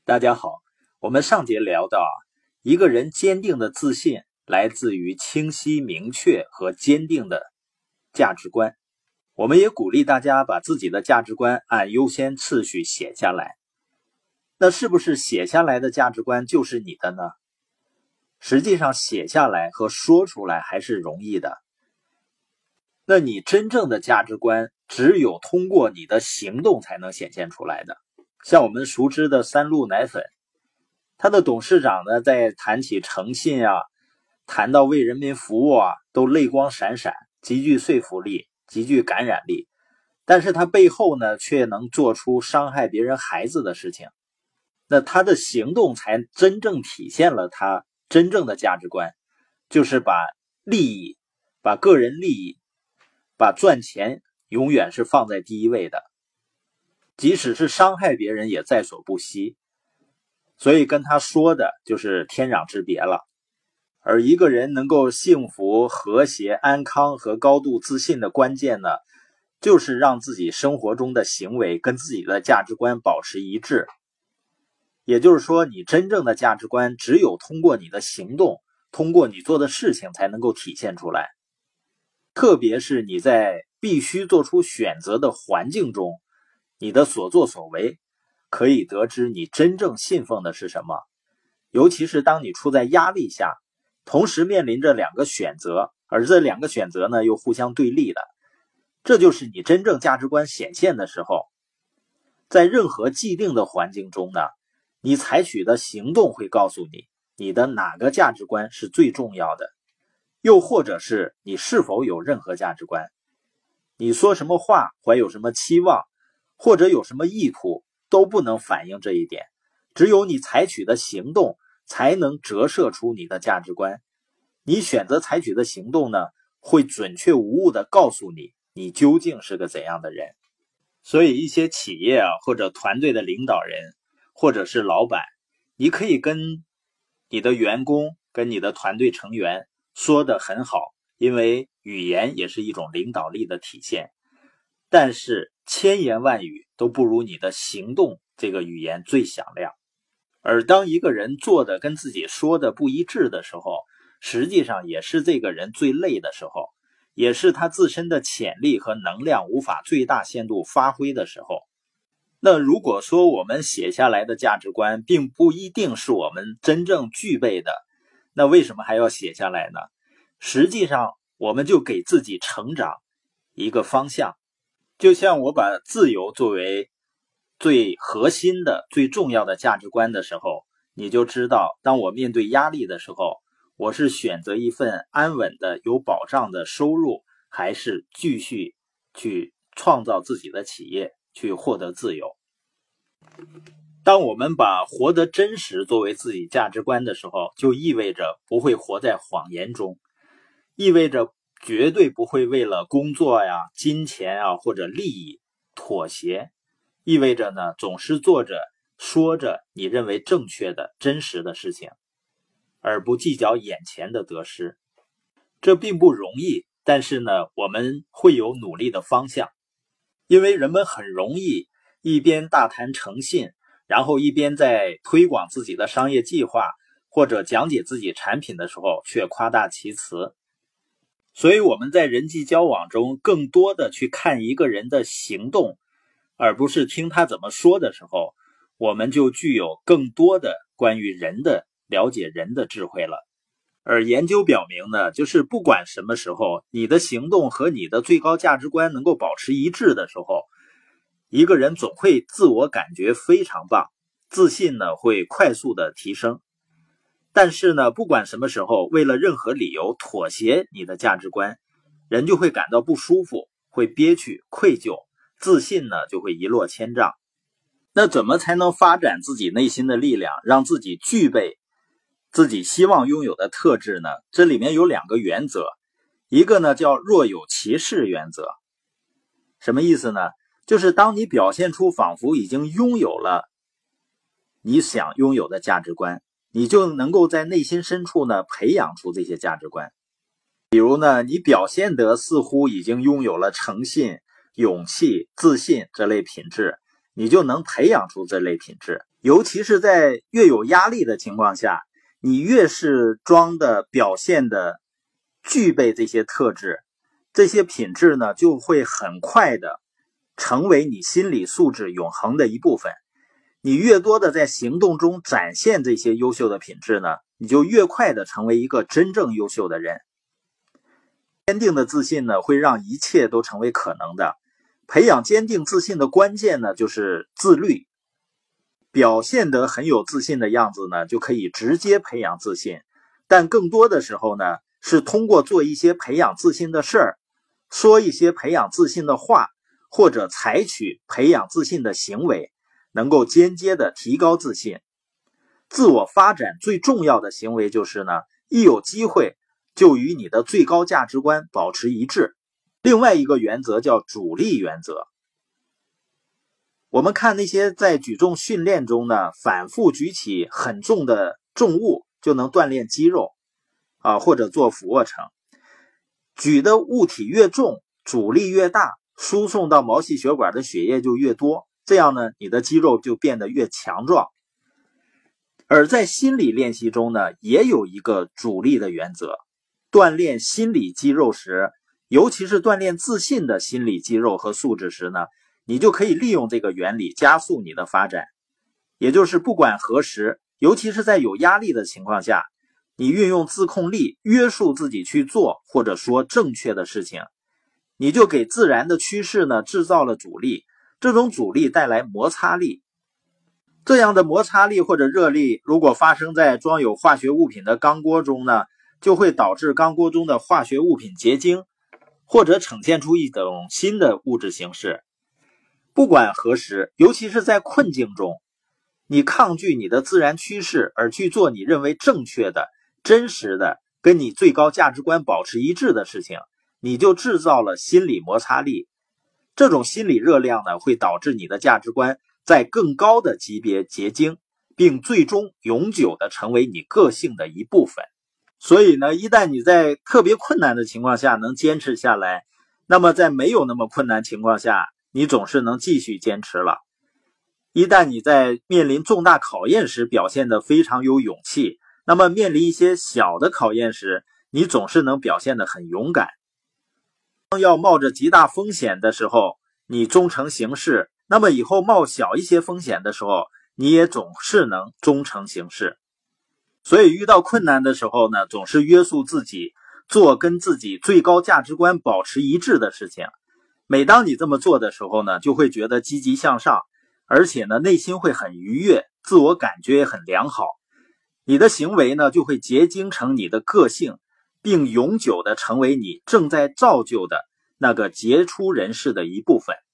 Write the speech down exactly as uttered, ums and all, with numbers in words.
大家好，我们上节聊到啊，一个人坚定的自信来自于清晰、明确和坚定的价值观。我们也鼓励大家把自己的价值观按优先次序写下来。那是不是写下来的价值观就是你的呢？实际上写下来和说出来还是容易的。那你真正的价值观只有通过你的行动才能显现出来的。像我们熟知的三鹿奶粉，他的董事长呢，在谈起诚信啊，谈到为人民服务啊，都泪光闪闪，极具说服力，极具感染力。但是他背后呢，却能做出伤害别人孩子的事情。那他的行动才真正体现了他真正的价值观，就是把利益、把个人利益、把赚钱永远是放在第一位的。即使是伤害别人也在所不惜，所以跟他说的就是天壤之别了。而一个人能够幸福、和谐、安康和高度自信的关键呢，就是让自己生活中的行为跟自己的价值观保持一致。也就是说，你真正的价值观只有通过你的行动，通过你做的事情才能够体现出来。特别是你在必须做出选择的环境中，你的所作所为可以得知你真正信奉的是什么。尤其是当你处在压力下，同时面临着两个选择，而这两个选择呢又互相对立的，这就是你真正价值观显现的时候。在任何既定的环境中呢，你采取的行动会告诉你，你的哪个价值观是最重要的，又或者是你是否有任何价值观。你说什么话，怀有什么期望，或者有什么意图，都不能反映这一点。只有你采取的行动才能折射出你的价值观。你选择采取的行动呢，会准确无误地告诉你，你究竟是个怎样的人。所以一些企业啊，或者团队的领导人，或者是老板，你可以跟你的员工、跟你的团队成员说得很好，因为语言也是一种领导力的体现。但是千言万语都不如你的行动这个语言最响亮。而当一个人做的跟自己说的不一致的时候，实际上也是这个人最累的时候，也是他自身的潜力和能量无法最大限度发挥的时候。那如果说我们写下来的价值观并不一定是我们真正具备的，那为什么还要写下来呢？实际上我们就给自己成长一个方向。就像我把自由作为最核心的、最重要的价值观的时候，你就知道，当我面对压力的时候，我是选择一份安稳的、有保障的收入，还是继续去创造自己的企业，去获得自由。当我们把活得真实作为自己价值观的时候，就意味着不会活在谎言中，意味着绝对不会为了工作呀、金钱啊或者利益妥协，意味着呢总是做着说着你认为正确的真实的事情，而不计较眼前的得失。这并不容易，但是呢我们会有努力的方向。因为人们很容易一边大谈诚信，然后一边在推广自己的商业计划或者讲解自己产品的时候却夸大其词。所以我们在人际交往中更多的去看一个人的行动，而不是听他怎么说的时候，我们就具有更多的关于人的了解人的智慧了。而研究表明呢，就是不管什么时候，你的行动和你的最高价值观能够保持一致的时候，一个人总会自我感觉非常棒，自信呢会快速的提升。但是呢，不管什么时候，为了任何理由妥协你的价值观，人就会感到不舒服，会憋屈、愧疚，自信呢就会一落千丈。那怎么才能发展自己内心的力量，让自己具备自己希望拥有的特质呢？这里面有两个原则，一个呢叫若有其事原则。什么意思呢？就是当你表现出仿佛已经拥有了你想拥有的价值观，你就能够在内心深处呢培养出这些价值观。比如呢，你表现得似乎已经拥有了诚信、勇气、自信这类品质，你就能培养出这类品质。 尤其是在越有压力的情况下，你越是装的表现的具备这些特质，这些品质呢就会很快的成为你心理素质永恒的一部分。你越多的在行动中展现这些优秀的品质呢，你就越快的成为一个真正优秀的人。坚定的自信呢，会让一切都成为可能的。培养坚定自信的关键呢，就是自律。表现得很有自信的样子呢，就可以直接培养自信。但更多的时候呢，是通过做一些培养自信的事儿，说一些培养自信的话，或者采取培养自信的行为，能够间接的提高自信。自我发展最重要的行为就是呢，一有机会就与你的最高价值观保持一致。另外一个原则叫阻力原则。我们看那些在举重训练中呢，反复举起很重的重物就能锻炼肌肉啊，或者做俯卧撑。举的物体越重，阻力越大，输送到毛细血管的血液就越多，这样呢，你的肌肉就变得越强壮。而在心理练习中呢，也有一个阻力的原则。锻炼心理肌肉时，尤其是锻炼自信的心理肌肉和素质时呢，你就可以利用这个原理加速你的发展。也就是不管何时，尤其是在有压力的情况下，你运用自控力约束自己去做或者说正确的事情，你就给自然的趋势呢制造了阻力。这种阻力带来摩擦力，这样的摩擦力或者热力如果发生在装有化学物品的钢锅中呢，就会导致钢锅中的化学物品结晶，或者呈现出一种新的物质形式。不管何时，尤其是在困境中，你抗拒你的自然趋势而去做你认为正确的、真实的、跟你最高价值观保持一致的事情，你就制造了心理摩擦力。这种心理热量呢，会导致你的价值观在更高的级别结晶，并最终永久的成为你个性的一部分。所以呢，一旦你在特别困难的情况下能坚持下来，那么在没有那么困难情况下，你总是能继续坚持了。一旦你在面临重大考验时表现得非常有勇气，那么面临一些小的考验时，你总是能表现得很勇敢。当要冒着极大风险的时候，你忠诚行事，那么以后冒小一些风险的时候，你也总是能忠诚行事。所以遇到困难的时候呢，总是约束自己，做跟自己最高价值观保持一致的事情。每当你这么做的时候呢，就会觉得积极向上，而且呢，内心会很愉悦，自我感觉也很良好。你的行为呢，就会结晶成你的个性，并永久的成为你正在造就的那个杰出人士的一部分。